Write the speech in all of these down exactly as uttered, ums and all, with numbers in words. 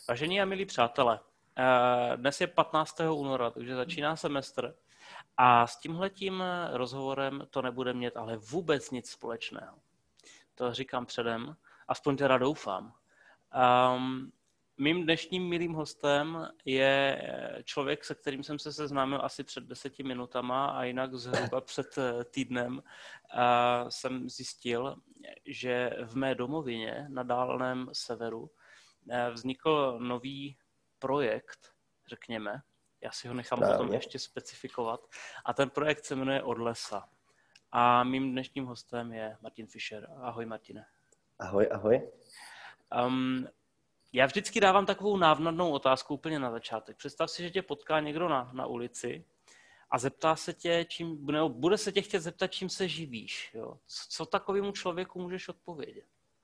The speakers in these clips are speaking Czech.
Vážení a milí přátelé, eh, dnes je patnáctého února, takže začíná semestr a s tímhletím rozhovorem to nebude mít ale vůbec nic společného. To říkám předem, aspoň teda doufám. Um, mým dnešním milým hostem je člověk, se kterým jsem se seznámil asi před deseti minutama a jinak zhruba před týdnem uh, jsem zjistil, že v mé domovině na dálném severu vznikl nový projekt, řekněme. Já si ho nechám Právě. potom ještě specifikovat. A ten projekt se jmenuje Od lesa. A mým dnešním hostem je Martin Fischer. Ahoj, Martine. Ahoj, ahoj. Um, já vždycky dávám takovou návnadnou otázku úplně na začátek. Představ si, že tě potká někdo na, na ulici a zeptá se tě, čím, nebo bude se tě chtět zeptat, čím se živíš. Jo? Co, co takovému člověku můžeš odpovědět?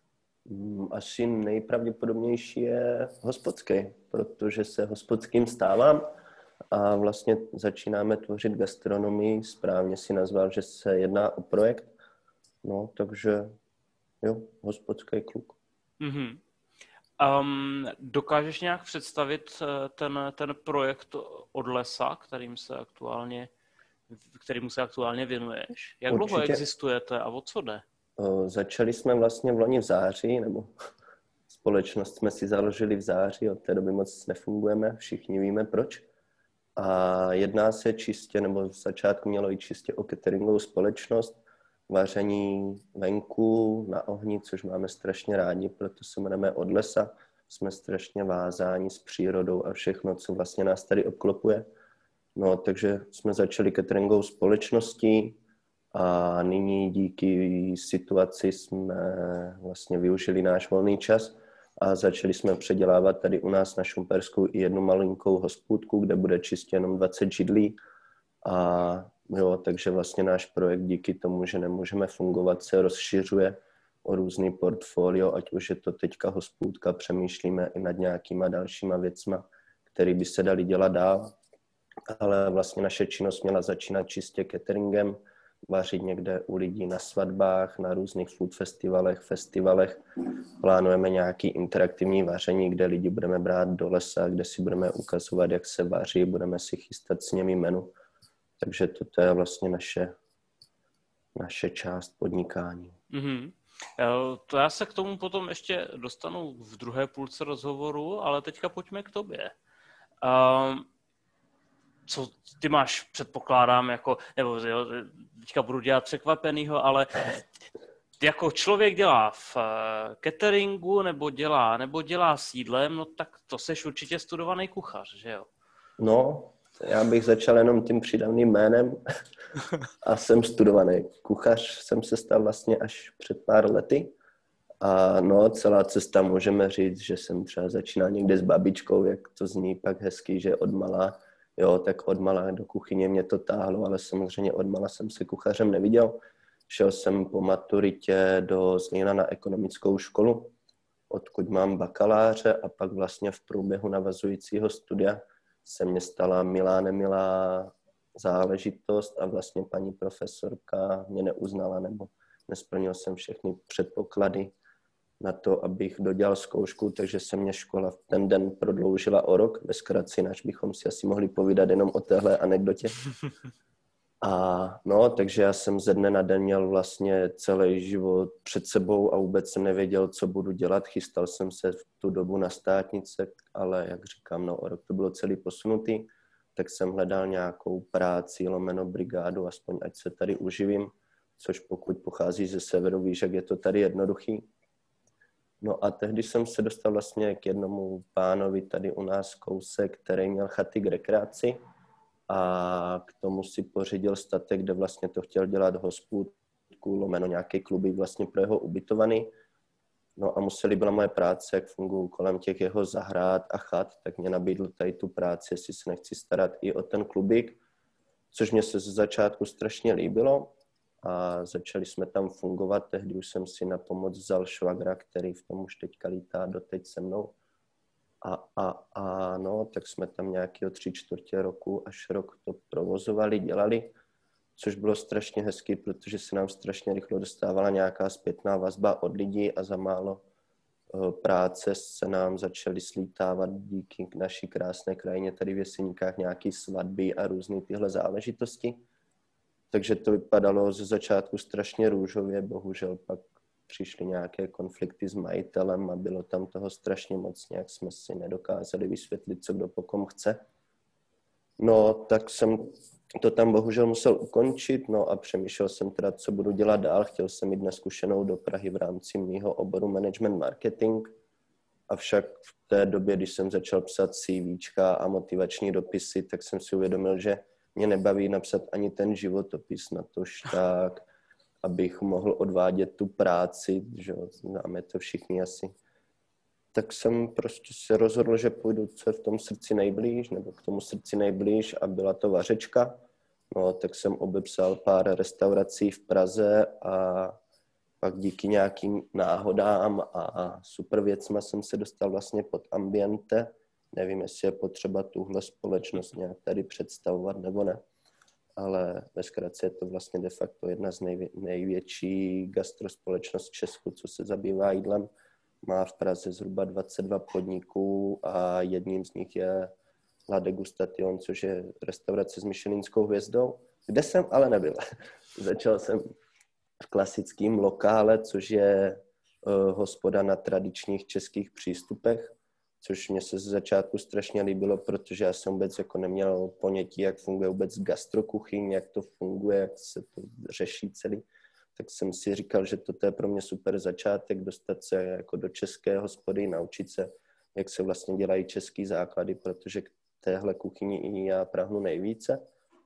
Asi nejpravděpodobnější je hospodský, protože se hospodským stávám a vlastně začínáme tvořit gastronomii. Správně si nazval, že se jedná o projekt. No, takže jo, hospodský kluk. Mm-hmm. Um, dokážeš nějak představit ten, ten projekt Od lesa, kterým se aktuálně, kterému se aktuálně věnuješ? Jak Určitě. dlouho existujete a o co jde? O, začali jsme vlastně v loni v září, nebo společnost jsme si založili v září, od té doby moc nefungujeme, všichni víme proč. A jedná se čistě, nebo v začátku mělo i čistě o cateringovou společnost, vaření venku na ohni, což máme strašně rádi, proto se jmenujeme Od lesa. Jsme strašně vázáni s přírodou a všechno, co vlastně nás tady obklopuje. No, takže jsme začali cateringovou společností a nyní díky situaci jsme vlastně využili náš volný čas a začali jsme předělávat tady u nás na Šumpersku i jednu malinkou hospůdku, kde bude čistě jenom dvacet židlí. A jo, takže vlastně náš projekt díky tomu, že nemůžeme fungovat, se rozšiřuje o různý portfolio, ať už je to teďka hospůdka, přemýšlíme i nad nějakýma dalšíma věcma, které by se daly dělat dál. Ale vlastně naše činnost měla začínat čistě cateringem, vařit někde u lidí na svatbách, na různých food festivalech, festivalech. Plánujeme nějaký interaktivní vaření, kde lidi budeme brát do lesa, kde si budeme ukazovat, jak se vaří, budeme si chystat s nimi menu. Takže toto je vlastně naše, naše část podnikání. Mm-hmm. To já se k tomu potom ještě dostanu v druhé půlce rozhovoru, ale teďka pojďme k tobě. Um, co ty máš, předpokládám, jako, nebo jo, teďka budu dělat překvapenýho, ale jako člověk dělá v cateringu, nebo dělá, nebo dělá s jídlem, no tak to seš určitě studovaný kuchař, že jo? No, já bych začal jenom tím přídavným jménem a jsem studovaný kuchař, jsem se stal vlastně až před pár lety. A no, celá cesta můžeme říct, že jsem třeba začínal někde s babičkou, jak to zní pak hezky, že odmala, jo, tak odmala do kuchyně mě to táhlo, ale samozřejmě odmala jsem se kuchařem neviděl. Šel jsem po maturitě do Zlína na ekonomickou školu, odkud mám bakaláře a pak vlastně v průběhu navazujícího studia se mě stala milá, nemilá záležitost a vlastně paní profesorka mě neuznala nebo nesplnil jsem všechny předpoklady na to, abych dodělal zkoušku, takže se mě škola v ten den prodloužila o rok. Ve zkratce, než bychom si asi mohli povídat jenom o téhle anekdotě. A no, takže já jsem ze dne na den měl vlastně celý život před sebou a vůbec jsem nevěděl, co budu dělat. Chystal jsem se v tu dobu na státnice, ale jak říkám, no, o rok to bylo celý posunutý, tak jsem hledal nějakou práci, lomeno brigádu, aspoň ať se tady uživím, což pokud pochází ze severu, víš, jak je to tady jednoduchý. No a tehdy jsem se dostal vlastně k jednomu pánovi tady u nás kousek, který měl chaty k rekreaci a k tomu si pořídil statek, kde vlastně to chtěl dělat hospůdku, lomeno nějaký kluby vlastně pro jeho ubytovaný. No a museli byla moje práce, jak fungují kolem těch jeho zahrad a chat, tak mě nabídl tady tu práci, jestli se nechci starat i o ten klubík, což mě se ze začátku strašně líbilo. A začali jsme tam fungovat, tehdy už jsem si na pomoc vzal švagra, který v tom už teďka lítá doteď se mnou. A, a, a no, tak jsme tam nějakého tři čtvrtě roku až rok to provozovali, dělali, což bylo strašně hezký, protože se nám strašně rychle dostávala nějaká zpětná vazba od lidí a za málo práce se nám začaly slítávat díky naší krásné krajině tady v Jeseníkách nějaké svatby a různé tyhle záležitosti. Takže to vypadalo ze začátku strašně růžově, bohužel pak přišly nějaké konflikty s majitelem a bylo tam toho strašně moc, nějak jsme si nedokázali vysvětlit, co kdo po kom chce. No, tak jsem to tam bohužel musel ukončit, no a přemýšlel jsem teda, co budu dělat dál. Chtěl jsem jít na zkušenou do Prahy v rámci mýho oboru management marketing, avšak v té době, když jsem začal psat CVčka a motivační dopisy, tak jsem si uvědomil, že mě nebaví napsat ani ten životopis, natož tak, abych mohl odvádět tu práci, že známe to všichni asi. Tak jsem prostě se rozhodl, že půjdu co je v tom srdci nejblíž, nebo k tomu srdci nejblíž a byla to vařečka. No, tak jsem obepsal pár restaurací v Praze a pak díky nějakým náhodám a super věcma jsem se dostal vlastně pod Ambiente. Nevím, jestli je potřeba tuhle společnost nějak tady představovat nebo ne, ale ve zkratce je to vlastně de facto jedna z nejvě- největší gastrospolečnost v Česku, co se zabývá jídlem. Má v Praze zhruba dvacet dva podniků a jedním z nich je La Degustation, což je restaurace s michelinskou hvězdou, kde jsem ale nebyl. Začal jsem v klasickém lokále, což je uh, hospoda na tradičních českých přístupech, což mě se z začátku strašně líbilo, protože já jsem vůbec jako neměl ponětí, jak funguje vůbec gastrokuchyň, jak to funguje, jak se to řeší celý. Tak jsem si říkal, že toto je pro mě super začátek, dostat se jako do české hospody, naučit se, jak se vlastně dělají český základy, protože k téhle kuchyni i já prahnu nejvíce.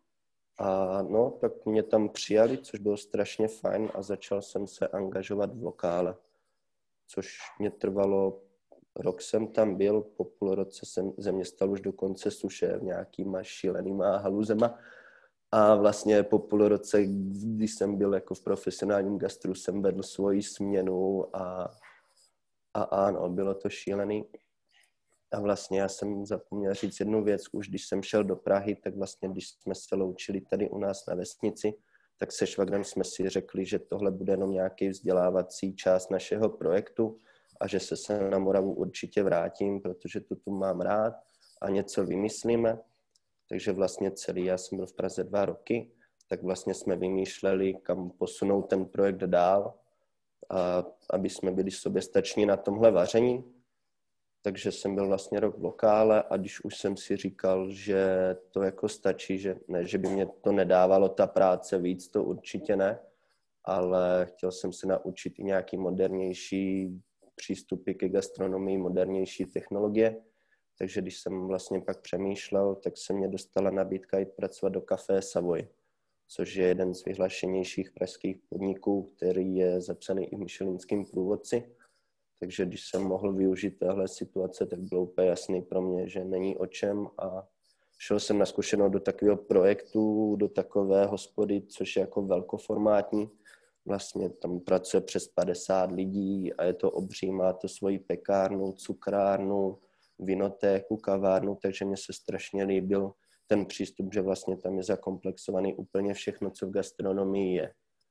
A no, tak mě tam přijali, což bylo strašně fajn a začal jsem se angažovat v lokále, což mě trvalo, rok jsem tam byl, po půl roce jsem ze mě stal už dokonce sušér nějakýma šílenýma haluzema. A vlastně po půl roce, když jsem byl jako v profesionálním gastru, jsem vedl svoji směnu a, a ano, bylo to šílený. A vlastně já jsem zapomněl říct jednu věc, už když jsem šel do Prahy, tak vlastně když jsme se loučili tady u nás na vesnici, tak se švagrem jsme si řekli, že tohle bude jenom nějaký vzdělávací část našeho projektu a že se sem na Moravu určitě vrátím, protože to tu mám rád a něco vymyslíme. Takže vlastně celý, já jsem byl v Praze dva roky, tak vlastně jsme vymýšleli, kam posunout ten projekt dál, a aby jsme byli soběstační na tomhle vaření. Takže jsem byl vlastně rok v lokále a když už jsem si říkal, že to jako stačí, že ne, že by mě to nedávalo ta práce víc, to určitě ne, ale chtěl jsem se naučit i nějaký modernější přístupy ke gastronomii, modernější technologie. Takže když jsem vlastně pak přemýšlel, tak se mě dostala nabídka jít pracovat do Café Savoy, což je jeden z vyhlášenějších pražských podniků, který je zapsaný i v michelinském průvodci. Takže když jsem mohl využít téhle situace, tak bylo úplně jasný pro mě, že není o čem a šel jsem na zkušenou do takového projektu, do takové hospody, což je jako velkoformátní. Vlastně tam pracuje přes padesát lidí a je to obří, má to svoji pekárnu, cukrárnu, vinotéku, kavárnu, takže mně se strašně líbil ten přístup, že vlastně tam je zakomplexovaný úplně všechno, co v gastronomii je.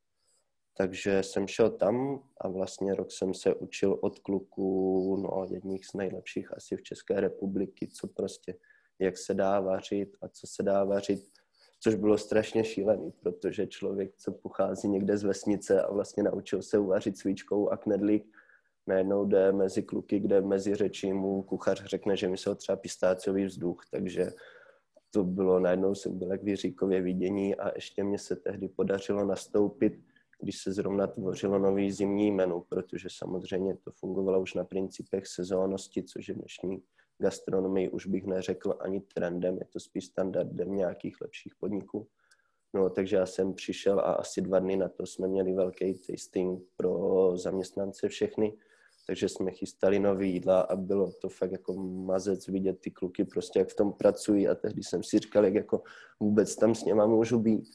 Takže jsem šel tam a vlastně rok jsem se učil od kluků, no jedních z nejlepších asi v České republiky, co prostě, jak se dá vařit a co se dá vařit, což bylo strašně šílený, protože člověk, co pochází někde z vesnice a vlastně naučil se uvařit svíčkou a knedlík, najednou jde mezi kluky, kde mezi řečí mu kuchař řekne, že myslel třeba pistáciový vzduch, takže to bylo, najednou jsem byl jak v Jiříkově vidění a ještě mě se tehdy podařilo nastoupit, když se zrovna tvořilo nový zimní menu, protože samozřejmě to fungovalo už na principech sezónnosti, což je dnešní gastronomii už bych neřekl ani trendem, je to spíš standardem nějakých lepších podniků. No, takže já jsem přišel a asi dva dny na to jsme měli velký tasting pro zaměstnance všechny, takže jsme chystali nový jídla a bylo to fakt jako mazec vidět ty kluky prostě, jak v tom pracují a tehdy jsem si říkal, jak jako vůbec tam s něma můžu být.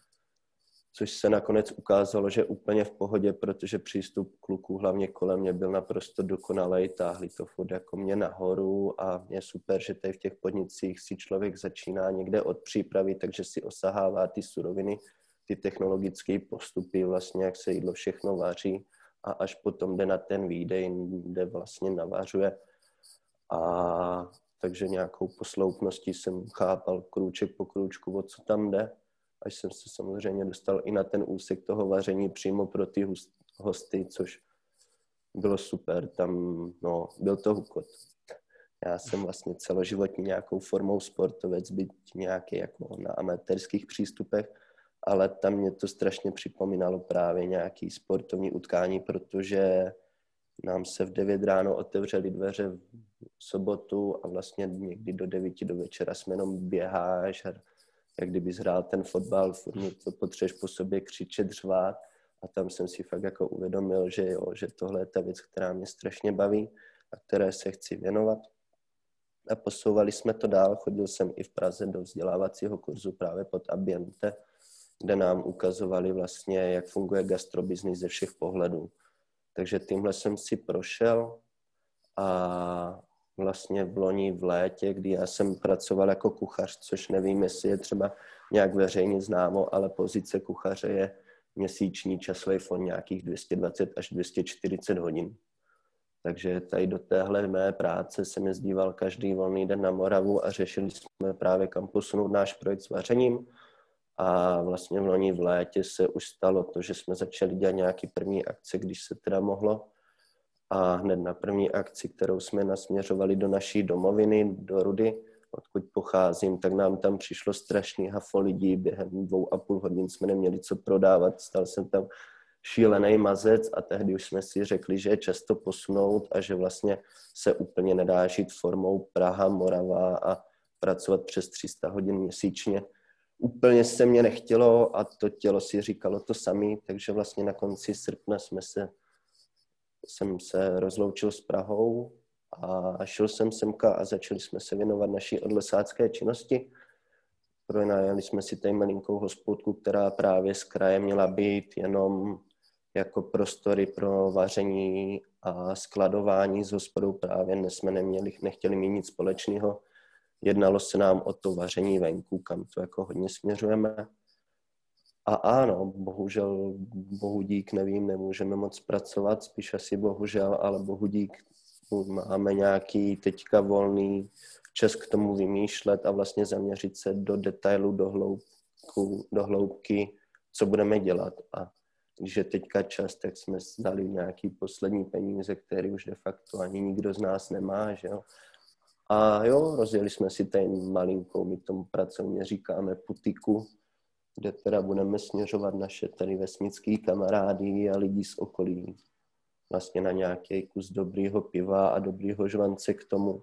Což se nakonec ukázalo, že úplně v pohodě, protože přístup kluků hlavně kolem mě byl naprosto dokonalej, táhli to furt jako mě nahoru a je super, že tady v těch podnicích si člověk začíná někde od přípravy, takže si osahává ty suroviny, ty technologické postupy, vlastně jak se jídlo všechno vaří a až potom jde na ten výdej, kde vlastně navařuje. A takže nějakou posloupností jsem chápal krůček po krůčku, o co tam jde, až jsem se samozřejmě dostal i na ten úsek toho vaření přímo pro ty hosty, což bylo super. Tam, no, byl to hukot. Já jsem vlastně celoživotně nějakou formou sportovec, byť nějaký jako na amatérských přístupech, ale tam mě to strašně připomínalo právě nějaký sportovní utkání, protože nám se v devět ráno otevřely dveře v sobotu a vlastně někdy do devíti do večera jsme jenom běháš a jak kdybys hrál ten fotbal, furt to potřebuješ po sobě křičet, řvát a tam jsem si fakt jako uvědomil, že jo, že tohle je ta věc, která mě strašně baví a které se chci věnovat. A posouvali jsme to dál, chodil jsem i v Praze do vzdělávacího kurzu právě pod Ambiente, kde nám ukazovali vlastně, jak funguje gastrobiznis ze všech pohledů. Takže tímhle jsem si prošel a vlastně v loni v létě, kdy já jsem pracoval jako kuchař, což nevím, jestli je třeba nějak veřejně známo, ale pozice kuchaře je měsíční časový fond nějakých dvě stě dvacet až dvě stě čtyřicet hodin. Takže tady do téhle mé práce jsem jezdíval každý volný den na Moravu a řešili jsme právě, kam posunout náš projekt s vařením. A vlastně v loni v létě se už stalo to, že jsme začali dělat nějaký první akce, když se teda mohlo. A hned na první akci, kterou jsme nasměřovali do naší domoviny, do Rudy, odkud pocházím, tak nám tam přišlo strašný hafo lidí. Během dvou a půl hodin jsme neměli co prodávat. Stal jsem tam šílený mazec a tehdy už jsme si řekli, že je často posunout a že vlastně se úplně nedá žít formou Praha, Morava a pracovat přes tři sta hodin měsíčně. Úplně se mě nechtělo a to tělo si říkalo to samé, takže vlastně na konci srpna jsme se, jsem se rozloučil s Prahou a šel jsem semka a začali jsme se věnovat naší odlesácké činnosti. Pronajali jsme si tady malinkou hospodku, která právě z kraje měla být jenom jako prostory pro vaření a skladování. S hospodou právě jsme neměli, nechtěli mít nic společného. Jednalo se nám o to vaření venku, kam to jako hodně směřujeme. A ano, bohužel, bohu dík, nevím, nemůžeme moc pracovat, spíš asi bohužel, ale bohu dík, máme nějaký teďka volný čas k tomu vymýšlet a vlastně zaměřit se do detailu, do, hloubku, do hloubky, co budeme dělat. A když je teďka čas, tak jsme dali nějaký poslední peníze, které už de facto ani nikdo z nás nemá, že jo. A jo, rozjeli jsme si tady malinkou, my tomu pracovně říkáme putiku, kde teda budeme směřovat naše tady vesnický kamarády a lidi z okolí vlastně na nějaký kus dobrýho piva a dobrýho žvance k tomu.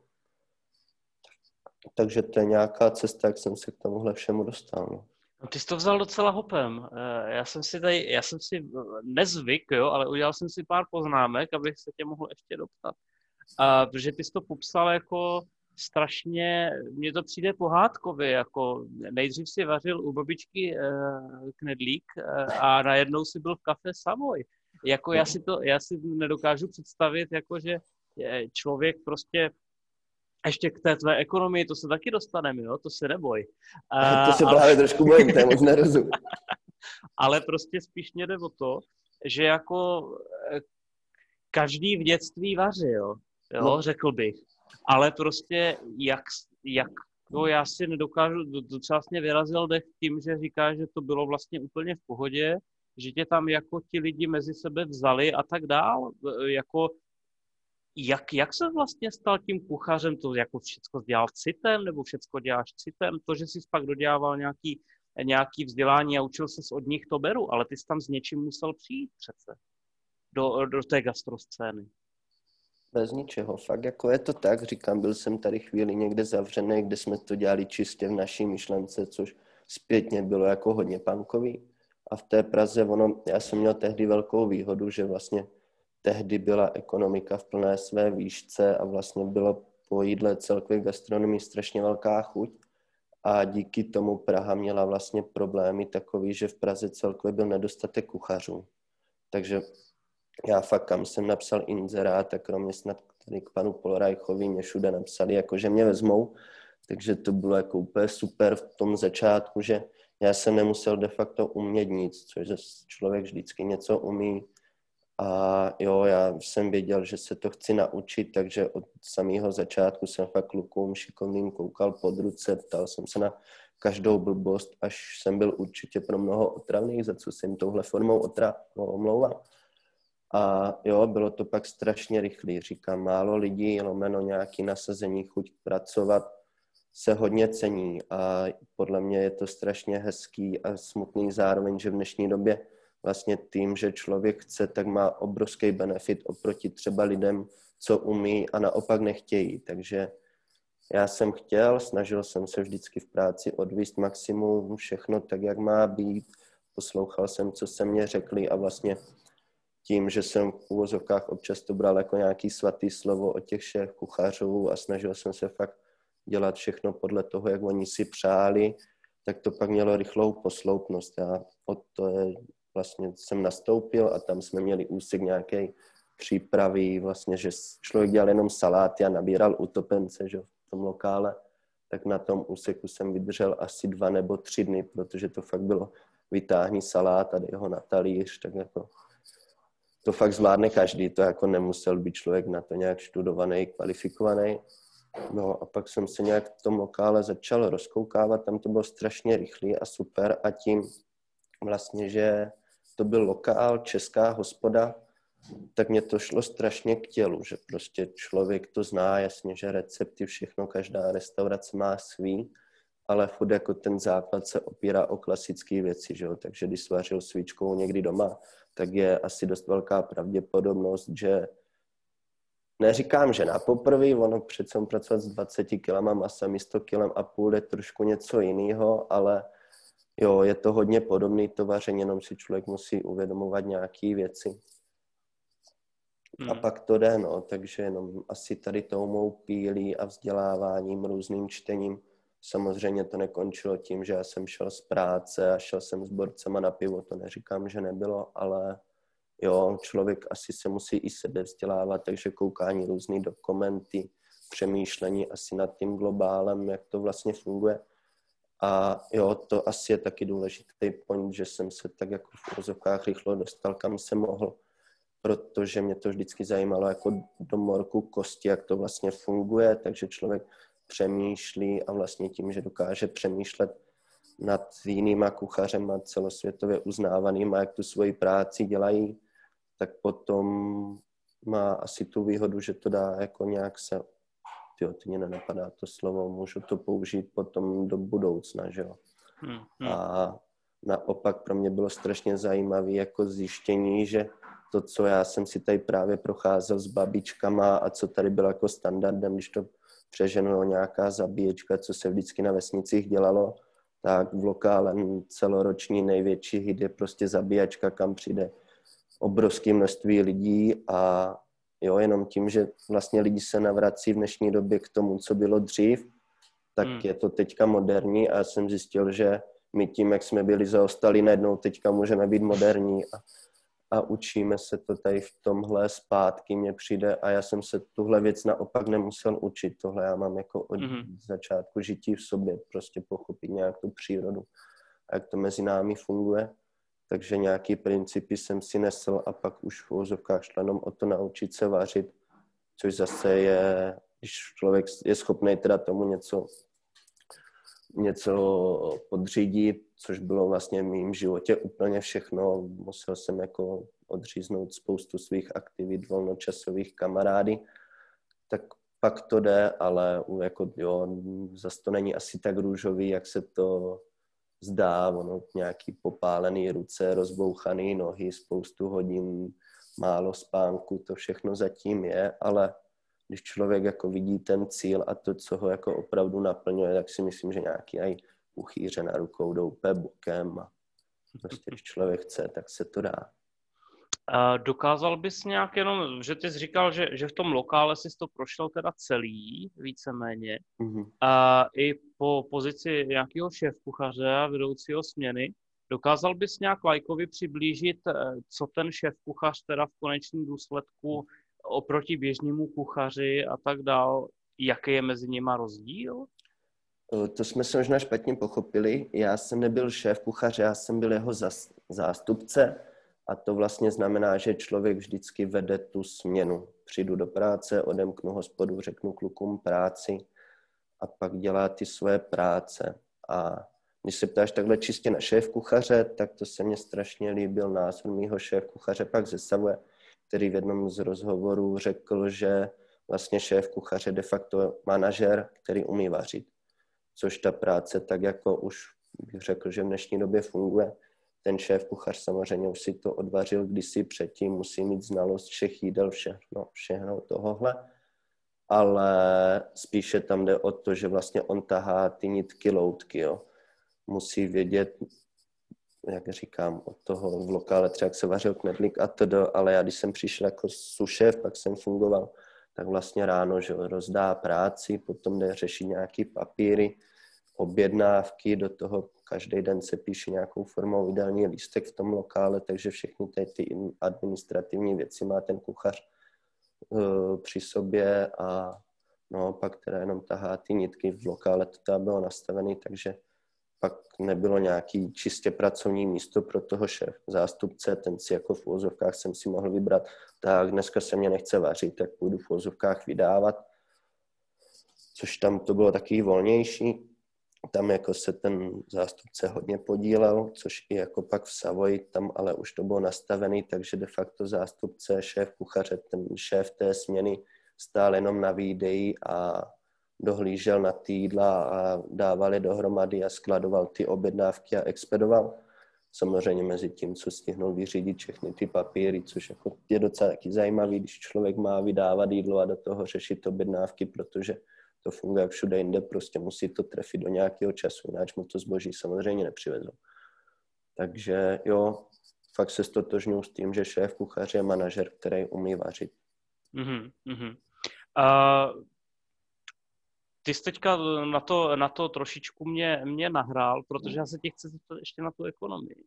Takže to je nějaká cesta, jak jsem se k tomuhle všemu dostal. No. No, ty jsi to vzal docela hopem. Já jsem si tady, já jsem si nezvyk, jo, ale udělal jsem si pár poznámek, abych se tě mohl ještě doptat. A, protože ty jsi to popsal jako strašně, mně to přijde pohádkově, jako nejdřív si vařil u babičky eh, knedlík eh, a najednou si byl v kafe Savoy. Jako já si to, já si nedokážu představit, jako že člověk prostě ještě k té tvé ekonomii, to se taky dostaneme, jo, to se neboj. A, to se ale... právě trošku bojím, to je moc nerozum. Ale prostě spíš mě jde o to, že jako každý v dětství vařil, jo, no. Řekl bych. Ale prostě jak, jak no já si nedokážu, docela mě vyrazil dech tím, že říká, že to bylo vlastně úplně v pohodě, že tě tam jako ti lidi mezi sebe vzali a tak dál. Jako, jak, jak se vlastně stal tím kuchařem? To jako všecko dělal citem, nebo všecko děláš citem? To, že jsi pak dodělával nějaký, nějaký vzdělání a učil ses od nich, to beru, ale ty jsi tam s něčím musel přijít přece do, do té gastroscény. Bez ničeho. Fakt jako je to tak, říkám, byl jsem tady chvíli někde zavřený, kde jsme to dělali čistě v naší myšlence, což zpětně bylo jako hodně punkový. A v té Praze, ono, já jsem měl tehdy velkou výhodu, že vlastně tehdy byla ekonomika v plné své výšce a vlastně bylo po jídle celkově gastronomii strašně velká chuť. A díky tomu Praha měla vlastně problémy takový, že v Praze celkově byl nedostatek kuchařů. Takže já fakt, kam jsem napsal inzerát, a kromě snad tady k panu Polorajchovi mě všude napsali, jako že mě vezmou. Takže to bylo jako úplně super v tom začátku, že já jsem nemusel de facto umět nic, což člověk vždycky něco umí. A jo, já jsem věděl, že se to chci naučit, takže od samého začátku jsem fakt klukům šikovným koukal pod ruce, ptal jsem se na každou blbost, až jsem byl určitě pro mnoho otravných, za co jsem touhle formou otra- omlouval. A jo, bylo to pak strašně rychlý. Říkám, málo lidí, lomeno nějaký nasazení, chuť pracovat, se hodně cení a podle mě je to strašně hezký a smutný zároveň, že v dnešní době vlastně tím, že člověk chce, tak má obrovský benefit oproti třeba lidem, co umí a naopak nechtějí. Takže já jsem chtěl, snažil jsem se vždycky v práci odvíst maximum, všechno tak, jak má být. Poslouchal jsem, co se mě řekli a vlastně tím, že jsem v uvozovkách občas to bral jako nějaký svatý slovo od těch šéf kuchařů a snažil jsem se fakt dělat všechno podle toho, jak oni si přáli, tak to pak mělo rychlou posloupnost. Já od to je, vlastně jsem nastoupil a tam jsme měli úsek nějaké přípravy, vlastně, že člověk dělal jenom saláty a nabíral utopence, že, v tom lokále, tak na tom úseku jsem vydržel asi dva nebo tři dny, protože to fakt bylo vytáhni salát a dej ho na talíř, tak jako to fakt zvládne každý, to jako nemusel být člověk na to nějak študovaný, kvalifikovaný. No a pak jsem se nějak v tom lokále začal rozkoukávat, tam to bylo strašně rychlý a super a tím vlastně, že to byl lokál, česká hospoda, tak mě to šlo strašně k tělu, že prostě člověk to zná, jasně, že recepty, všechno, každá restaurace má svý, ale furt jako ten základ se opírá o klasické věci, že jo, takže když svařil svíčkou někdy doma, tak je asi dost velká pravděpodobnost, že neříkám, že na poprvé, ono přece pracovat s dvaceti kilama masa místo kilem a půl je trošku něco jiného, ale jo, je to hodně podobný to vaření, jenom si člověk musí uvědomovat nějaké věci. Hmm. A pak to jde, no, takže jenom asi tady tou mou pílí a vzděláváním, různým čtením. Samozřejmě to nekončilo tím, že já jsem šel z práce a šel jsem s borcema na pivo, to neříkám, že nebylo, ale jo, člověk asi se musí i sebe vzdělávat, takže koukání různý dokumenty, přemýšlení asi nad tím globálem, jak to vlastně funguje. A jo, to asi je taky důležitý point, že jsem se tak jako v uvozovkách rychlo dostal, kam jsem mohl, protože mě to vždycky zajímalo jako do morku kosti, jak to vlastně funguje, takže člověk přemýšlí a vlastně tím, že dokáže přemýšlet nad jinýma kuchařema celosvětově uznávanýma, jak tu svoji práci dělají, tak potom má asi tu výhodu, že to dá jako nějak se, tyjo, ty mě nenapadá to slovo, můžu to použít potom do budoucna, že jo. Hmm, hmm. A naopak pro mě bylo strašně zajímavé jako zjištění, že to, co já jsem si tady právě procházel s babičkama a co tady bylo jako standardem, když to přeženo nějaká zabíječka, co se vždycky na vesnicích dělalo, tak v lokále celoroční největší hit je prostě zabíjačka, kam přijde obrovské množství lidí a jo, jenom tím, že vlastně lidi se navrací v dnešní době k tomu, co bylo dřív, tak hmm. je to teďka moderní a já jsem zjistil, že my tím, jak jsme byli zaostali, najednou teďka můžeme být moderní a, a učíme se to tady v tomhle zpátky mně přijde a já jsem se tuhle věc naopak nemusel učit. Tohle já mám jako od hmm. začátku žití v sobě, prostě pochopit nějak tu přírodu a jak to mezi námi funguje. Takže nějaký principy jsem si nesl a pak už v uvozovkách šlo jenom o to naučit se vařit, což zase je, když člověk je schopný teda tomu něco, něco podřídit, což bylo vlastně v mým životě úplně všechno. Musel jsem jako odříznout spoustu svých aktivit, volnočasových kamarády, tak pak to jde, ale jako jo, zase to není asi tak růžový, jak se to zdá, ono nějaký popálený ruce, rozbouchaný nohy, spoustu hodin, málo spánku, to všechno zatím je, ale když člověk jako vidí ten cíl a to, co ho jako opravdu naplňuje, tak si myslím, že nějaký aj uchýře na rukou jdou úplně bokem a prostě když člověk chce, tak se to dá. A dokázal bys nějak jenom, že ty jsi říkal, že, že v tom lokále jsi to prošel teda celý, víceméně, mm-hmm. a i po pozici nějakého šéfkuchaře a vedoucího směny, dokázal bys nějak lajkovi přiblížit, co ten šéfkuchař teda v konečném důsledku oproti běžnému kuchaři a tak dál, jaký je mezi nima rozdíl? To jsme se možná špatně pochopili. Já jsem nebyl šéfkuchař, já jsem byl jeho zástupce. A to vlastně znamená, že člověk vždycky vede tu směnu. Přijdu do práce, odemknu hospodu, řeknu klukům práci a pak dělá ty svoje práce. A když se ptáš takhle čistě na šéf kuchaře, tak to se mně strašně líbil názor mýho šéf kuchaře pak ze Savoye, který v jednom z rozhovorů řekl, že vlastně šéf kuchaře de facto manažer, který umí vařit. Což ta práce tak jako už bych řekl, že v dnešní době funguje. Ten šéf kuchař samozřejmě už si to odvařil kdysi předtím, musí mít znalost všech jídel, všechno, všechno tohohle. Ale spíše tam jde o to, že vlastně on tahá ty nitky, loutky, jo. Musí vědět, jak říkám, od toho v lokále třeba, jak se vařil knedlík a to, ale já když jsem přišel jako sušéf, pak jsem fungoval, tak vlastně ráno, že rozdá práci, potom jde řešit nějaký papíry, objednávky, do toho každý den se píše nějakou formou jídelní lístek v tom lokále, takže všechny ty, ty administrativní věci má ten kuchař uh, při sobě a no, pak teda jenom tahá ty nitky v lokále, to tam bylo nastavené, takže pak nebylo nějaký čistě pracovní místo pro toho šéf zástupce, ten si jako v uvozovkách jsem si mohl vybrat, tak dneska se mě nechce vařit, tak půjdu v uvozovkách vydávat, což tam to bylo taky volnější. Tam jako se ten zástupce hodně podílel, což i jako pak v Savoyi, tam ale už to bylo nastavený, takže de facto zástupce, šéf kuchaře, ten šéf té směny stál jenom na výdeji a dohlížel na ty jídla a dával je dohromady a skladoval ty objednávky a expedoval. Samozřejmě mezi tím, co stihnul vyřídit všechny ty papíry, což jako je docela taky zajímavý, když člověk má vydávat jídlo a do toho řešit objednávky, protože to funguje všude jinde, prostě musí to trefit do nějakého času, jináč mu to zboží samozřejmě nepřivezou. Takže jo, fakt se stotožňuji s tím, že šéf kuchař je manažer, který umí vařit. Mm-hmm, mm-hmm. Uh, ty jsi teďka na to, na to trošičku mě, mě nahrál, protože já se tě chci zeptat ještě na tu ekonomii.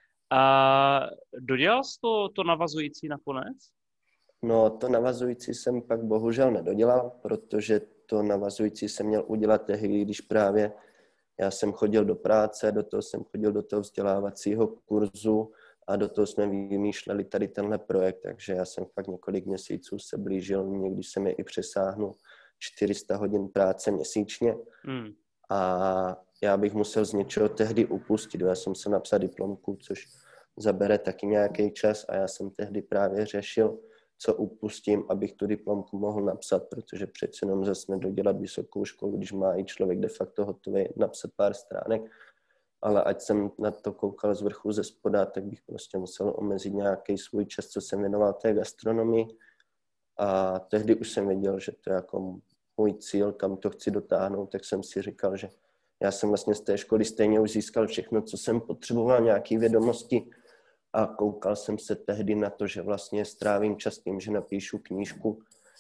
Uh, dodělal jsi to, to navazující nakonec? No, to navazující jsem pak bohužel nedodělal, protože to navazující jsem měl udělat tehdy, když právě já jsem chodil do práce, do toho jsem chodil do toho vzdělávacího kurzu a do toho jsme vymýšleli tady tenhle projekt, takže já jsem fakt několik měsíců se blížil, někdy jsem je i přesáhnul čtyři sta hodin práce měsíčně hmm. a já bych musel z něčeho tehdy upustit. Já jsem se napsal diplomku, což zabere taky nějaký čas a já jsem tehdy právě řešil, co upustím, abych tu diplomku mohl napsat, protože přeci jenom zase nedodělat vysokou školu, když má i člověk de facto hotový napsat pár stránek, ale ať jsem na to koukal z vrchu, ze spoda, tak bych prostě musel omezit nějaký svůj čas, co jsem věnoval té gastronomii a tehdy už jsem věděl, že to je jako můj cíl, kam to chci dotáhnout, tak jsem si říkal, že já jsem vlastně z té školy stejně už získal všechno, co jsem potřeboval, nějaké vědomosti, a koukal jsem se tehdy na to, že vlastně strávím čas tím, že napíšu knížku,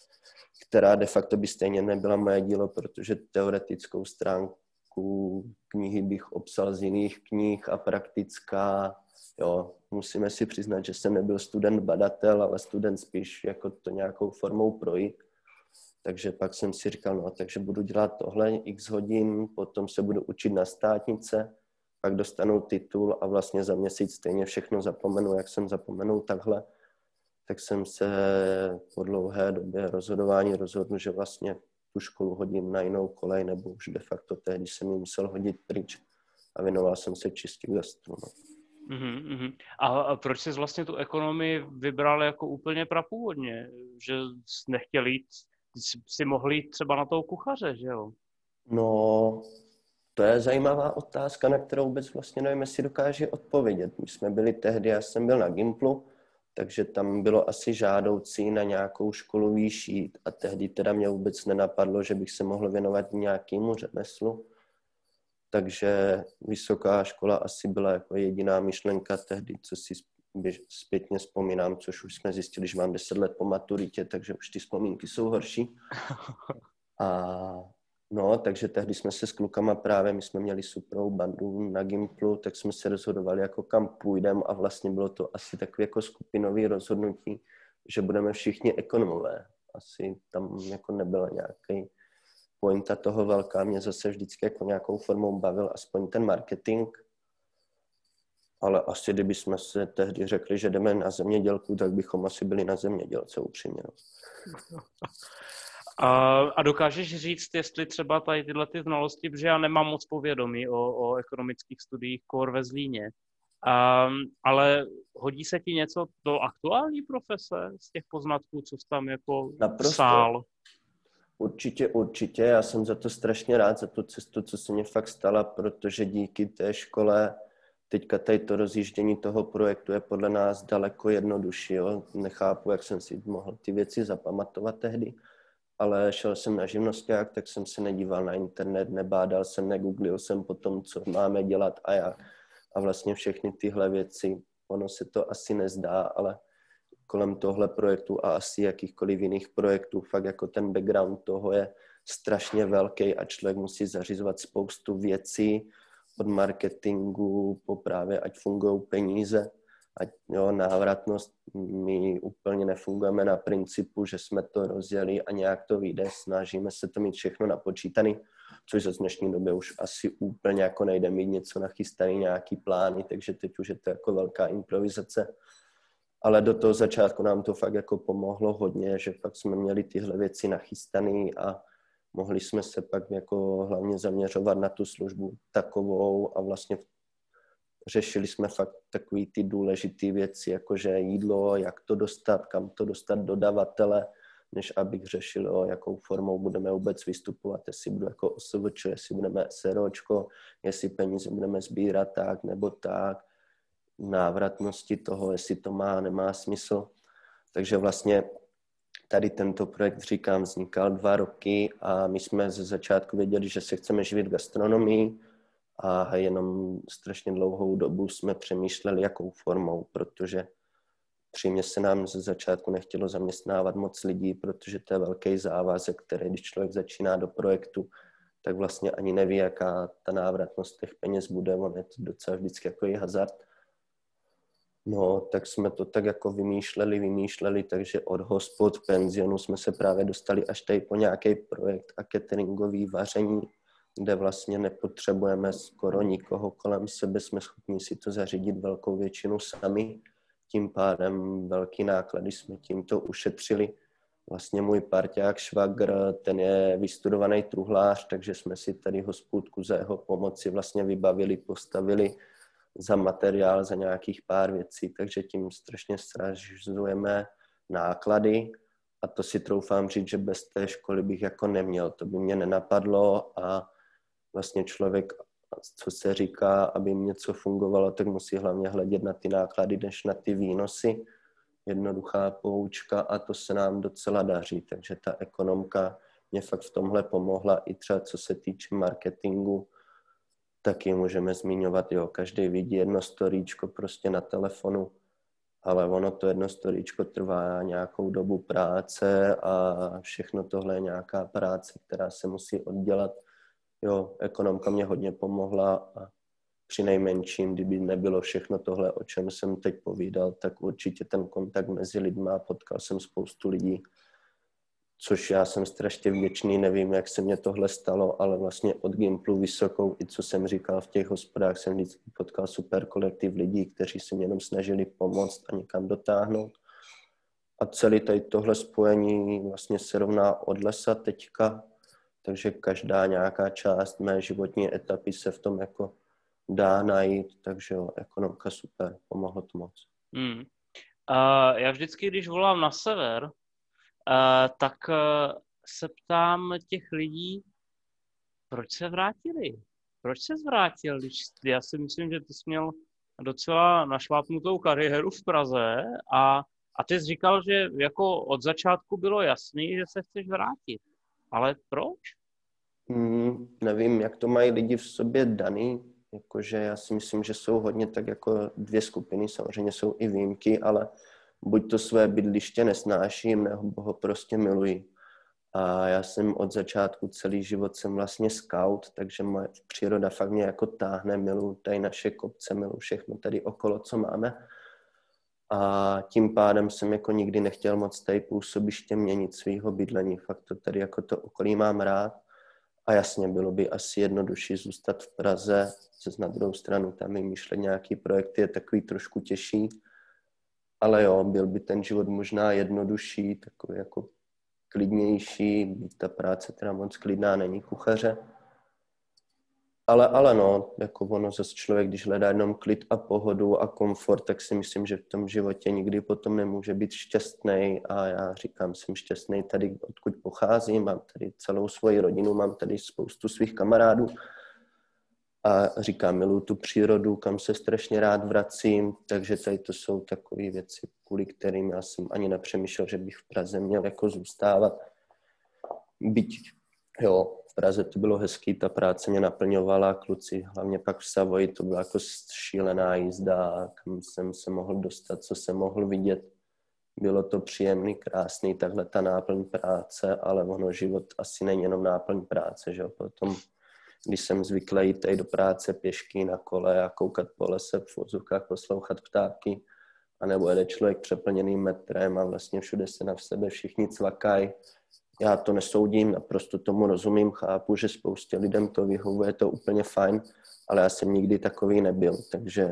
která de facto by stejně nebyla moje dílo, protože teoretickou stránku knihy bych obsal z jiných knih a praktická, jo, musíme si přiznat, že jsem nebyl student badatel, ale student spíš jako to nějakou formou projít. Takže pak jsem si říkal, no, takže budu dělat tohle x hodin, potom se budu učit na státnice, pak dostanu titul a vlastně za měsíc stejně všechno zapomenu, jak jsem zapomenul takhle, tak jsem se po dlouhé době rozhodování rozhodl, že vlastně tu školu hodím na jinou kolej, nebo už de facto tehdy jsem ji musel hodit pryč a věnoval jsem se čistě gastru. Mm-hmm. A, a proč jsi vlastně tu ekonomii vybral jako úplně prapůvodně? Že jsi nechtěl jít, jsi mohl jít třeba na toho kuchaře, že jo? No, to je zajímavá otázka, na kterou vůbec vlastně nevím, jestli dokáže odpovědět. My jsme byli tehdy, já jsem byl na Gimplu, takže tam bylo asi žádoucí na nějakou školu vyšší a tehdy teda mě vůbec nenapadlo, že bych se mohl věnovat nějakému řemeslu. Takže vysoká škola asi byla jako jediná myšlenka tehdy, co si zpětně vzpomínám, což už jsme zjistili, že mám deset let po maturitě, takže už ty vzpomínky jsou horší. A no, takže tehdy jsme se s klukama právě, my jsme měli superou bandu na Gimplu, tak jsme se rozhodovali, jako kam půjdeme a vlastně bylo to asi takové jako skupinové rozhodnutí, že budeme všichni ekonomové. Asi tam jako nebyla nějaký pointa toho velká, mě zase vždycky jako nějakou formou bavil aspoň ten marketing. Ale asi kdybychom se tehdy řekli, že jdeme na zemědělku, tak bychom asi byli na zemědělce upřímně. A, a dokážeš říct, jestli třeba tady tyhle ty znalosti, protože já nemám moc povědomí o, o ekonomických studiích kor ve Zlíně, um, ale hodí se ti něco do aktuální profese z těch poznatků, co jsi tam jako Naprosto. psal? Určitě, určitě. Já jsem za to strašně rád, za tu cestu, co se mě fakt stala, protože díky té škole teďka tady to rozjíždění toho projektu je podle nás daleko jednodušší. Jo? Nechápu, jak jsem si mohl ty věci zapamatovat tehdy, ale šel jsem na živnosťák, tak jsem se nedíval na internet, nebádal jsem, negooglil jsem po tom, co máme dělat a jak. A vlastně všechny tyhle věci, ono se to asi nezdá, ale kolem tohle projektu a asi jakýchkoliv jiných projektů, fakt jako ten background toho je strašně velký a člověk musí zařizovat spoustu věcí od marketingu po právě, ať fungují peníze, ať jo, návratnost. My úplně nefungujeme na principu, že jsme to rozjeli a nějak to vyjde, snažíme se to mít všechno napočítaný, což za dnešní době už asi úplně jako nejde mít něco nachystaný, nějaký plány, takže teď už je to jako velká improvizace. Ale do toho začátku nám to fakt jako pomohlo hodně, že fakt jsme měli tyhle věci nachystané a mohli jsme se pak jako hlavně zaměřovat na tu službu takovou a vlastně řešili jsme fakt takový ty důležité věci, jakože jídlo, jak to dostat, kam to dostat dodavatele, než abych řešil, o jakou formou budeme vůbec vystupovat, jestli budu jako O S V Č, jestli budeme SROčko, jestli peníze budeme sbírat tak nebo tak, návratnosti toho, jestli to má, nemá smysl. Takže vlastně tady tento projekt, říkám, vznikal dva roky a my jsme ze začátku věděli, že se chceme živit gastronomií a jenom strašně dlouhou dobu jsme přemýšleli, jakou formou, protože přímě se nám ze začátku nechtělo zaměstnávat moc lidí, protože to je velký závazek, který když člověk začíná do projektu, tak vlastně ani neví, jaká ta návratnost těch peněz bude, on je to docela vždycky jako i hazard. No, tak jsme to tak jako vymýšleli, vymýšleli, takže od hospod, penzionu jsme se právě dostali až tady po nějaký projekt a cateringový vaření, kde vlastně nepotřebujeme skoro nikoho kolem sebe, jsme schopni si to zařídit velkou většinu sami, tím pádem velký náklady jsme tímto ušetřili. Vlastně můj parťák, švagr, ten je vystudovaný truhlář, takže jsme si tady hospůdku za jeho pomoci vlastně vybavili, postavili za materiál, za nějakých pár věcí, takže tím strašně sražujeme náklady a to si troufám říct, že bez té školy bych jako neměl, to by mě nenapadlo a vlastně člověk, co se říká, aby něco fungovalo, tak musí hlavně hledět na ty náklady, než na ty výnosy. Jednoduchá poučka a to se nám docela daří, takže ta ekonomka mě fakt v tomhle pomohla i třeba co se týče marketingu, taky můžeme zmiňovat, jo, každý vidí jedno storíčko prostě na telefonu, ale ono to jedno storíčko trvá nějakou dobu práce a všechno tohle je nějaká práce, která se musí oddělat. Jo, ekonomka mě hodně pomohla a při nejmenším, kdyby nebylo všechno tohle, o čem jsem teď povídal, tak určitě ten kontakt mezi lidma, potkal jsem spoustu lidí, což já jsem strašně vděčný, nevím, jak se mně tohle stalo, ale vlastně od Gimplu Vysokou, i co jsem říkal v těch hospodách, jsem vždycky potkal super kolektiv lidí, kteří se mě jenom snažili pomoct a někam dotáhnout. A celý tady tohle spojení vlastně se rovná od lesa teďka, takže každá nějaká část mé životní etapy se v tom jako dá najít, takže jo, ekonomka super, pomohlo to moc. Hmm. Uh, já vždycky, když volám na sever, uh, tak uh, se ptám těch lidí, proč se vrátili? Proč se zvrátil? Když já si myslím, že ty jsi měl docela našlápnutou kariéru v Praze a, a ty jsi říkal, že jako od začátku bylo jasný, že se chceš vrátit. Ale proč? Hmm, nevím, jak to mají lidi v sobě daný, jakože já si myslím, že jsou hodně tak jako dvě skupiny, samozřejmě jsou i výjimky, ale buď to své bydliště nesnáším, nebo ho prostě miluji. A já jsem od začátku celý život jsem vlastně scout, takže moje příroda fakt mě jako táhne, miluji tady naše kopce, miluji všechno tady okolo, co máme. A tím pádem jsem jako nikdy nechtěl moc tady působiště měnit svýho bydlení, fakt to tady jako to okolí mám rád. A jasně, bylo by asi jednodušší zůstat v Praze, zase na druhou stranu tam vymýšlet nějaký projekt je takový trošku těžší, ale jo, byl by ten život možná jednodušší, takový jako klidnější, ta práce teda moc klidná není kuchaře. Ale, ale no, jako ono zase člověk, když hledá jenom klid a pohodu a komfort, tak si myslím, že v tom životě nikdy potom nemůže být šťastný. A já říkám, jsem šťastný tady, odkud pocházím, mám tady celou svoji rodinu, mám tady spoustu svých kamarádů. A říkám, miluji tu přírodu, kam se strašně rád vracím, takže tady to jsou takové věci, kvůli kterým já jsem ani nepřemýšlel, že bych v Praze měl jako zůstávat. Byť, jo, v Praze to bylo hezký, ta práce mě naplňovala, kluci, hlavně pak v Savoji, to byla jako šílená jízda, kam jsem se mohl dostat, co jsem mohl vidět. Bylo to příjemný, krásný, takhle ta náplň práce, ale ono život asi není jenom náplň práce, že jo, potom když jsem zvyklý jít tady do práce pěšky na kole a koukat po lese, v vozovkách poslouchat ptáky, anebo jede člověk přeplněný metrem a vlastně všude se na sebe všichni cvakají. Já to nesoudím, naprosto tomu rozumím, chápu, že spoustě lidem to vyhovuje, to úplně fajn, ale já jsem nikdy takový nebyl, takže,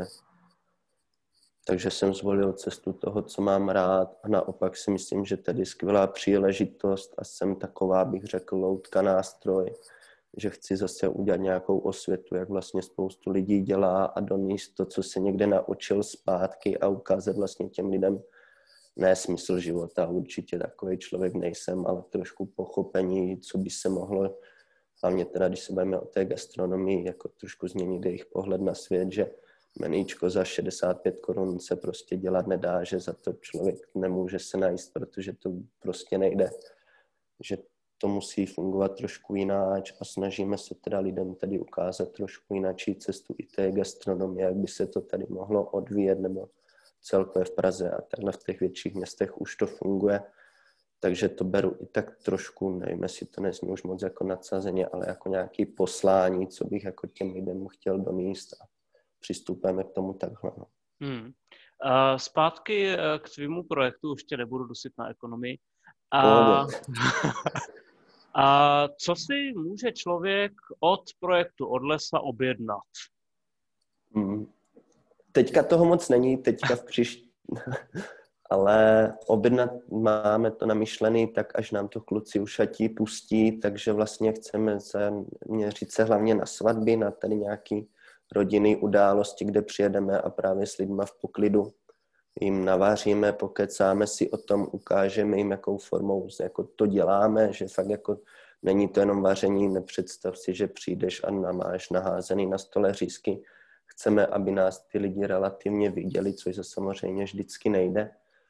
takže jsem zvolil cestu toho, co mám rád a naopak si myslím, že tady je skvělá příležitost a jsem taková, bych řekl, loutka nástroj, že chci zase udělat nějakou osvětu, jak vlastně spoustu lidí dělá a donést to, co se někde naučil zpátky a ukázat vlastně těm lidem ne smysl života. Určitě takový člověk nejsem, ale trošku pochopení, co by se mohlo, hlavně teda, když se bavíme o té gastronomii, jako trošku změnit jejich pohled na svět, že meníčko za šedesát pět korun se prostě dělat nedá, že za to člověk nemůže se najíst, protože to prostě nejde. Že to musí fungovat trošku jináč a snažíme se teda lidem tady ukázat trošku jináčí cestu i té gastronomie, jak by se to tady mohlo odvíjet, nebo celkově v Praze a takhle v těch větších městech už to funguje, takže to beru i tak trošku, nevím, jestli to nezní už moc jako nadsazeně, ale jako nějaké poslání, co bych jako těm lidem chtěl donést a přistupujeme k tomu takhle. No. Hmm. Uh, zpátky k tvému projektu, už tě nebudu dusit na ekonomii. A, a co si může člověk od projektu Od lesa objednat? Hmm. Teďka toho moc není, teďka v příští, ale objednat máme to namyšlený, tak až nám to kluci ušatí pustí, takže vlastně chceme zaměřit se hlavně na svatby, na tady nějaký rodinný události, kde přijedeme a právě s lidma v poklidu jim naváříme, pokecáme si o tom, ukážeme jim, jakou formou jako to děláme, že fakt jako není to jenom vaření, nepředstav si, že přijdeš a máš naházený na stole řízky. Chceme, aby nás ty lidi relativně viděli, což za samozřejmě vždycky nejde,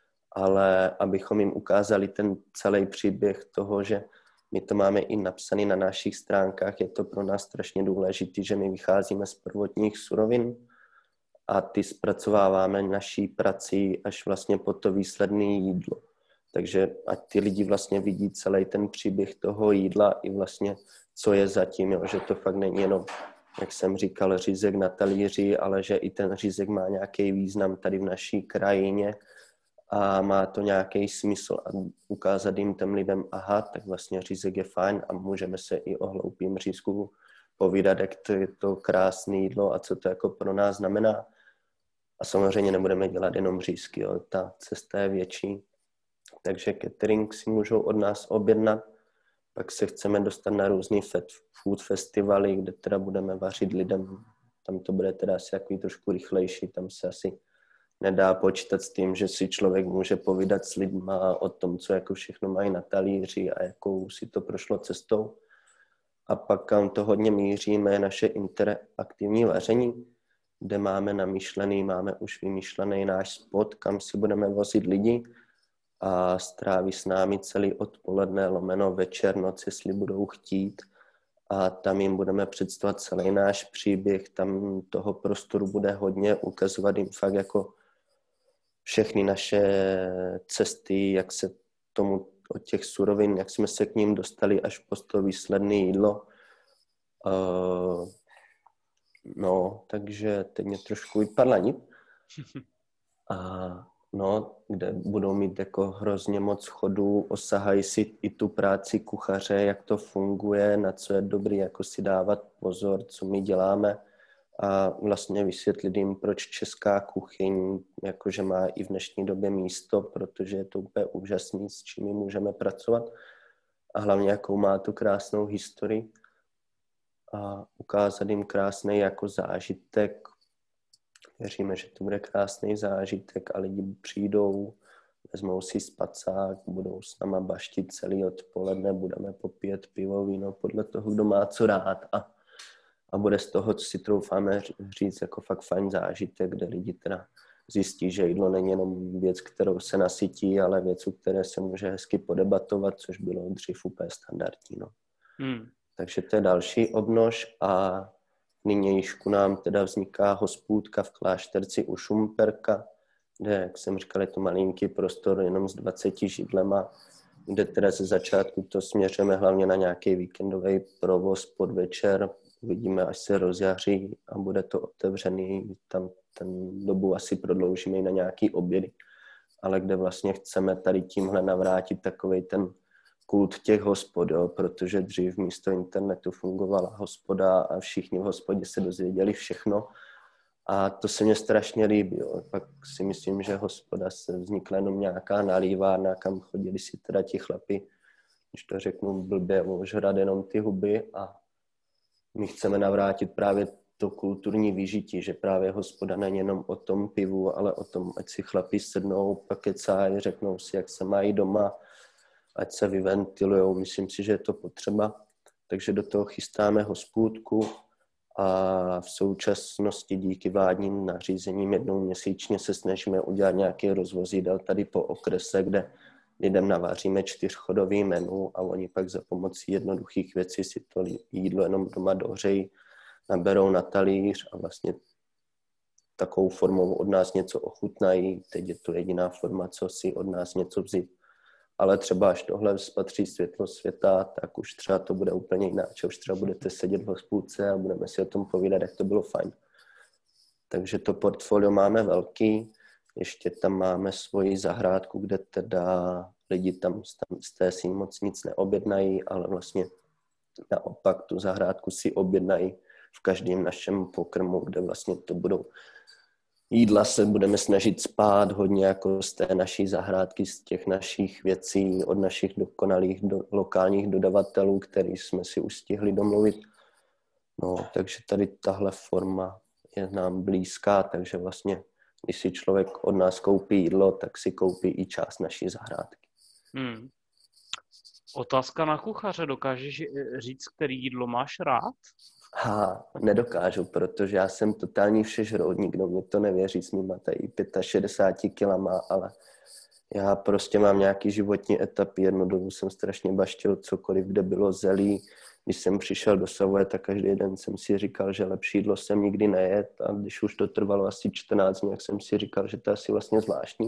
ale abychom jim ukázali ten celý příběh toho, že my to máme i napsaný na našich stránkách, je to pro nás strašně důležité, že my vycházíme z prvotních surovin a ty zpracováváme naší prací až vlastně po to výsledné jídlo. Takže ať ty lidi vlastně vidí celý ten příběh toho jídla i vlastně, co je zatím, jo, že to fakt není jenom, jak jsem říkal, řízek na talíři, ale že i ten řízek má nějaký význam tady v naší krajině a má to nějaký smysl a ukázat jim těm lidem, aha, tak vlastně řízek je fajn a můžeme se i o hloupým řízku povídat, jak to je to krásné jídlo a co to jako pro nás znamená. A samozřejmě nebudeme dělat jenom řízky, jo. Ta cesta je větší. Takže catering si můžou od nás objednat. Pak se chceme dostat na různý food festivaly, kde teda budeme vařit lidem. Tam to bude teda asi takový trošku rychlejší. Tam se asi nedá počítat s tím, že si člověk může povídat s lidma o tom, co jako všechno mají na talíři a jakou si to prošlo cestou. A pak kam to hodně míříme je naše interaktivní vaření, kde máme namyšlený, máme už vymyšlený náš spot, kam si budeme vozit lidi a stráví s námi celý odpoledne, lomeno večer, noc, jestli budou chtít. A tam jim budeme představovat celý náš příběh, tam toho prostoru bude hodně, ukazovat jim fakt jako všechny naše cesty, jak se tomu od těch surovin, jak jsme se k ním dostali až po to výsledné jídlo. Uh, no, takže teď mě trošku vypadla nit. A no, kde budou mít jako hrozně moc chodů, osahají si i tu práci kuchaře, jak to funguje, na co je dobrý, jako si dávat pozor, co my děláme a vlastně vysvětlit jim, proč česká kuchyň jakože má i v dnešní době místo, protože je to úplně úžasný, s čím my můžeme pracovat a hlavně jakou má tu krásnou historii a ukázat jim krásný jako zážitek. Věříme, že to bude krásný zážitek a lidi přijdou, vezmou si spacák, budou s náma baštit celý odpoledne, budeme popíjet pivo, víno podle toho, kdo má co rád a, a bude z toho, co si troufáme říct, jako fakt fajn zážitek, kde lidi teda zjistí, že jídlo není jenom věc, kterou se nasytí, ale věc, u které se může hezky podebatovat, což bylo dřív úplně standardní. No. Hmm. Takže to je další obnož a nynějšku nám teda vzniká hospůdka v klášterci u Šumperka, kde, jak jsem říkal, je to malinký prostor jenom s dvaceti židlema, kde teda ze začátku to směřujeme hlavně na nějaký víkendový provoz podvečer. Uvidíme, až se rozjaří a bude to otevřený. Tam ten dobu asi prodloužíme i na nějaký obědy, ale kde vlastně chceme tady tímhle navrátit takovej ten kult těch hospod, jo, protože dřív místo internetu fungovala hospoda a všichni v hospodě se dozvěděli všechno a to se mně strašně líbí. Jo. Pak si myslím, že hospoda se vznikla jenom nějaká nalívárna, kam chodili si teda ti chlapi, když to řeknu blbě, ožrat jenom ty huby a my chceme navrátit právě to kulturní vyžití, že právě hospoda není jenom o tom pivu, ale o tom, ať si chlapi sednou, pakecají, řeknou si, jak se mají doma, ať se vyventilujou. Myslím si, že je to potřeba. Takže do toho chystáme hospůdku a v současnosti díky vládním nařízením jednou měsíčně se snažíme udělat nějaký rozvoz jídel tady po okrese, kde lidem naváříme čtyřchodový menu a oni pak za pomocí jednoduchých věcí si to jídlo jenom doma dohřejí, naberou na talíř a vlastně takovou formou od nás něco ochutnají. Teď je to jediná forma, co si od nás něco vzít. Ale třeba až tohle spatří světlo světa, tak už třeba to bude úplně jináč. Už třeba budete sedět v hospůdce a budeme si o tom povídat, jak to bylo fajn. Takže to portfolio máme velký. Ještě tam máme svoji zahrádku, kde teda lidi tam z té si moc nic neobjednají, ale vlastně naopak tu zahrádku si objednají v každém našem pokrmu, kde vlastně to budou jídla se budeme snažit spát hodně jako z té naší zahrádky, z těch našich věcí, od našich dokonalých do, lokálních dodavatelů, který jsme si už stihli domluvit. No, takže tady tahle forma je nám blízká, takže vlastně, když si člověk od nás koupí jídlo, tak si koupí i část naší zahrádky. Hmm. Otázka na kuchaře. Dokážeš říct, který jídlo máš rád? Ha, nedokážu, protože já jsem totální všežrout, nikdo mě to nevěří s mýma tady šedesáti pěti kilama, ale já prostě mám nějaký životní etapy, jednu dobu jsem strašně baštil cokoliv, kde bylo zelí. Když jsem přišel do Savoie, tak každý den jsem si říkal, že lepší jídlo jsem nikdy nejet a když už to trvalo asi čtrnáct dní, tak jsem si říkal, že to je asi vlastně zvláštní.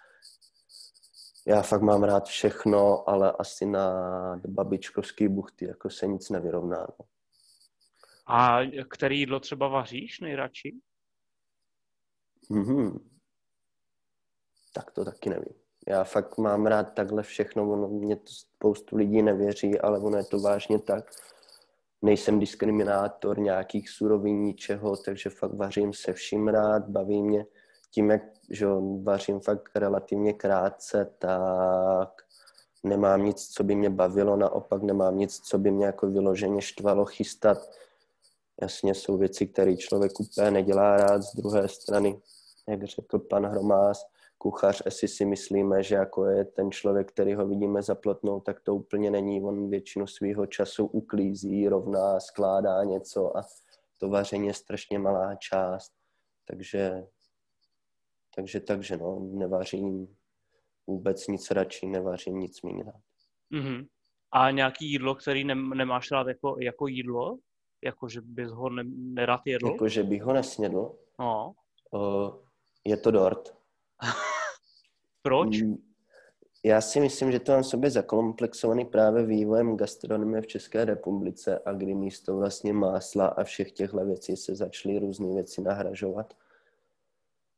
Já fakt mám rád všechno, ale asi na babičkovský buchty jako se nic nevyrovná. No. A který jídlo třeba vaříš nejradši? Mm-hmm. Tak to taky nevím. Já fakt mám rád takhle všechno, ono mě to spoustu lidí nevěří, ale ono je to vážně tak. Nejsem diskriminátor nějakých surovin, ničeho, takže fakt vařím se vším rád, baví mě. Tím, jak že vařím fakt relativně krátce, tak nemám nic, co by mě bavilo, naopak nemám nic, co by mě jako vyloženě štvalo chystat. Jasně jsou věci, které člověk úplně nedělá rád, z druhé strany, jak řekl pan Hromás, kuchař, jestli si myslíme, že jako je ten člověk, který ho vidíme za plotnou, tak to úplně není. On většinu svého času uklízí, rovná, skládá něco a to vaření je strašně malá část. Takže, takže, takže no, nevařím vůbec nic radši, nevařím nic méně rád. Mm-hmm. A nějaký jídlo, který ne, nemáš rád jako, jako jídlo? Jako, že bys ho ne, nerad jedl? Jako, že bych ho nesnědl? No. Uh, je to dort. Proč? Já si myslím, že to mám v sobě zakomplexovaný právě vývojem gastronomie v České republice a kdy místo vlastně másla a všech těchto věcí se začaly různé věci nahražovat.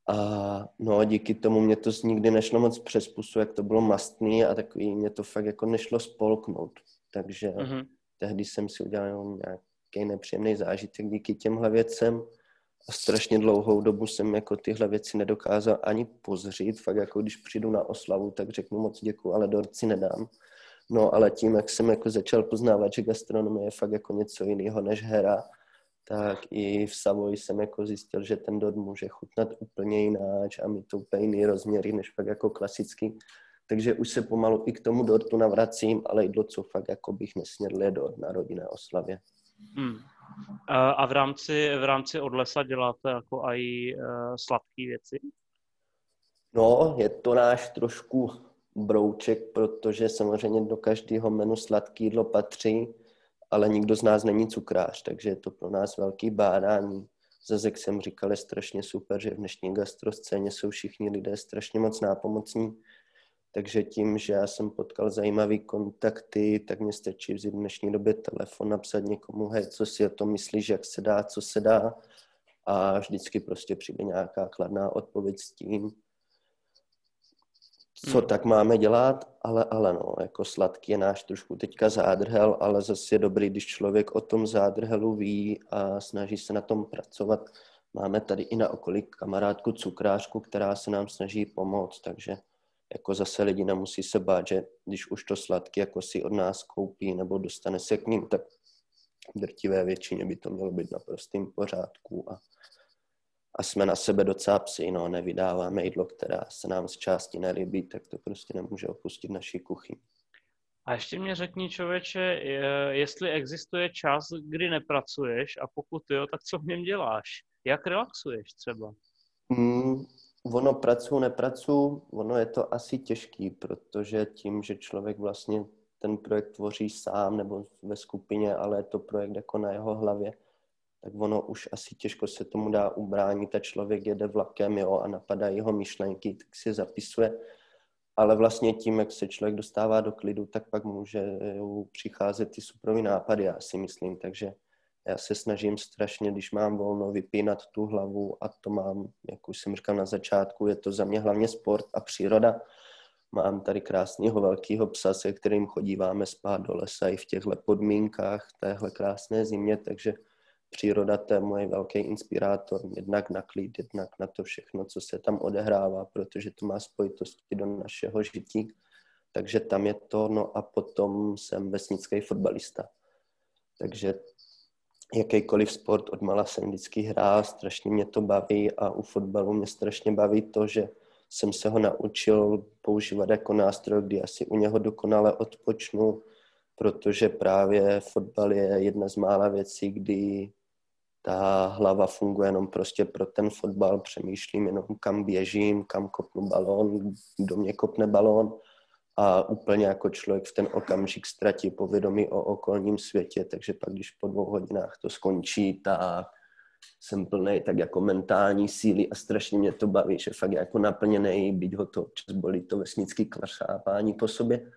A no, díky tomu mě to nikdy nešlo moc přes pusu, jak to bylo mastný a takový, mě to fakt jako nešlo spolknout. Takže mm-hmm. tehdy jsem si udělal nějaký nepříjemný zážitek díky těmhle věcem a strašně dlouhou dobu jsem jako tyhle věci nedokázal ani pozřít. Fakt jako když přijdu na oslavu, tak řeknu moc děkuju, ale dort si nedám. No ale tím, jak jsem jako začal poznávat, že gastronomie je fakt jako něco jiného než hera, tak i v Savoji jsem jako zjistil, že ten dort může chutnat úplně jináč a mít to úplně jiný rozměry než fakt jako klasický. Takže už se pomalu i k tomu dortu navracím, ale jídlo, co fakt jako bych nesnědl, je dort na rodinné oslavě. Hmm. A v rámci, v rámci Odlesa děláte jako i uh, sladké věci? No, je to náš trošku brouček, protože samozřejmě do každého menu sladký jídlo patří, ale nikdo z nás není cukrář, takže je to pro nás velký bádání. Zase, jak jsem říkal, je strašně super, že v dnešní gastroscéně jsou všichni lidé strašně moc nápomocní. Takže tím, že já jsem potkal zajímavý kontakty, tak mě stačí vzít v dnešní době telefon, napsat někomu, hej, co si o tom myslíš, jak se dá, co se dá. A vždycky prostě přijde nějaká kladná odpověď s tím, co tak máme dělat, ale, ale no, jako sladký je náš trošku teďka zádrhel, ale zase je dobrý, když člověk o tom zádrhelu ví a snaží se na tom pracovat. Máme tady i na okolí kamarádku cukrářku, která se nám snaží pomoct, takže jako zase lidi nemusí se bát, že když už to sladký jako si od nás koupí nebo dostane se k ním, tak v drtivé většině by to mělo být naprostým pořádku a A jsme na sebe docela psi, no, nevydáváme jídlo, která se nám z části nelíbí, tak to prostě nemůže opustit naší kuchyni. A ještě mě řekni, člověče, jestli existuje čas, kdy nepracuješ a pokud jo, tak co v něm děláš? Jak relaxuješ třeba? Mm, ono pracuji, nepracuji, ono je to asi těžký, protože tím, že člověk vlastně ten projekt tvoří sám nebo ve skupině, ale je to projekt jako na jeho hlavě, tak ono už asi těžko se tomu dá ubránit a člověk jede vlakem, jo, a napadají jeho myšlenky, tak si zapisuje. Ale vlastně tím, jak se člověk dostává do klidu, tak pak může přicházet ty superové nápady, já si myslím. Takže já se snažím strašně, když mám volno, vypínat tu hlavu a to mám, jak už jsem říkal na začátku, je to za mě hlavně sport a příroda. Mám tady krásného velkého psa, se kterým chodíváme spát do lesa i v těchto podmínkách, téhle krásné zimě, takže příroda, to je můj velký inspirátor, jednak na klid, jednak na to všechno, co se tam odehrává, protože to má spojitosti do našeho žití. Takže tam je to, no a potom jsem vesnický fotbalista. Takže jakýkoliv sport odmala jsem vždycky hrál, strašně mě to baví a u fotbalu mě strašně baví to, že jsem se ho naučil používat jako nástroj, kdy asi u něho dokonale odpočnu, protože právě fotbal je jedna z mála věcí, kdy ta hlava funguje jenom prostě pro ten fotbal, přemýšlím jenom kam běžím, kam kopnu balón, kdo mě kopne balón a úplně jako člověk v ten okamžik ztratí povědomí o okolním světě, takže pak když po dvou hodinách to skončí, tak jsem plnej tak jako mentální síly a strašně mě to baví, že fakt jako naplněnej, byť ho to občas bolí to vesnický klašávání po sobě.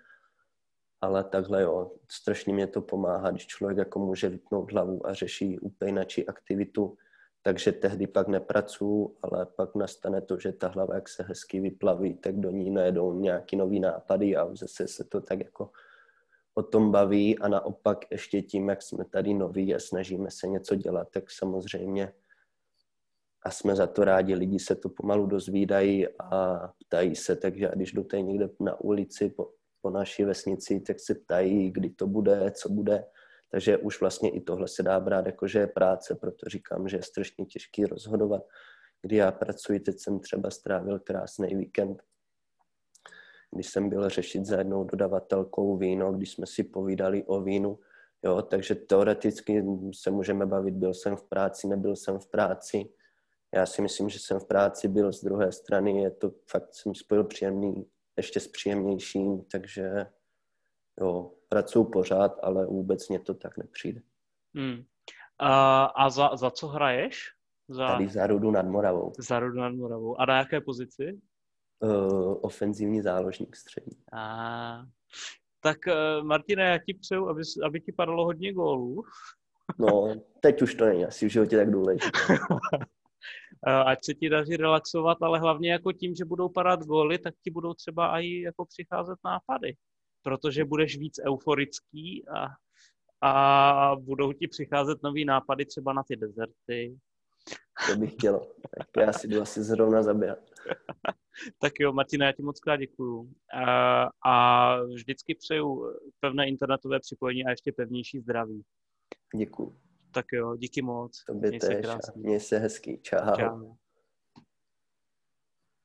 Ale takhle jo, strašně mě to pomáhá, když člověk jako může vypnout hlavu a řeší úplně jinou aktivitu, takže tehdy pak nepracuju, ale pak nastane to, že ta hlava, jak se hezky vyplaví, tak do ní najedou nějaký nový nápady a zase se to tak jako o tom baví a naopak ještě tím, jak jsme tady noví a snažíme se něco dělat, tak samozřejmě a jsme za to rádi, lidi se to pomalu dozvídají a ptají se, takže když jdete někde na ulici po po naší vesnici, tak se ptají, kdy to bude, co bude. Takže už vlastně i tohle se dá brát jako, že je práce, proto říkám, že je strašně těžký rozhodovat. Kdy já pracuji, teď jsem třeba strávil krásný víkend, když jsem byl řešit za jednou dodavatelkou víno, když jsme si povídali o vínu. Jo, takže teoreticky se můžeme bavit, byl jsem v práci, nebyl jsem v práci. Já si myslím, že jsem v práci byl, z druhé strany je to fakt, jsem spojil příjemný ještě s příjemnějším, takže jo, pracuji pořád, ale vůbec mě to tak nepřijde. Hmm. A, a za, za co hraješ? Za... Tady za Rudu nad Moravou. Za Rudu nad Moravou. A na jaké pozici? Uh, ofenzivní záložník střední. A, tak uh, Martine, já ti přeju, aby, aby ti padalo hodně gólů. No, teď už to není asi v životě tak důležité. ať se ti daří relaxovat, ale hlavně jako tím, že budou padat góly, tak ti budou třeba i jako přicházet nápady, protože budeš víc euforický a, a budou ti přicházet nový nápady třeba na ty dezerty. To bych chtěl. Tak já si jdu asi zrovna zabírat. Tak jo, Martina, já ti moc krát děkuju. A, a vždycky přeju pevné internetové připojení a ještě pevnější zdraví. Děkuju. Tak jo, díky moc. Tobě též. Měj se hezký. Čau. Čau.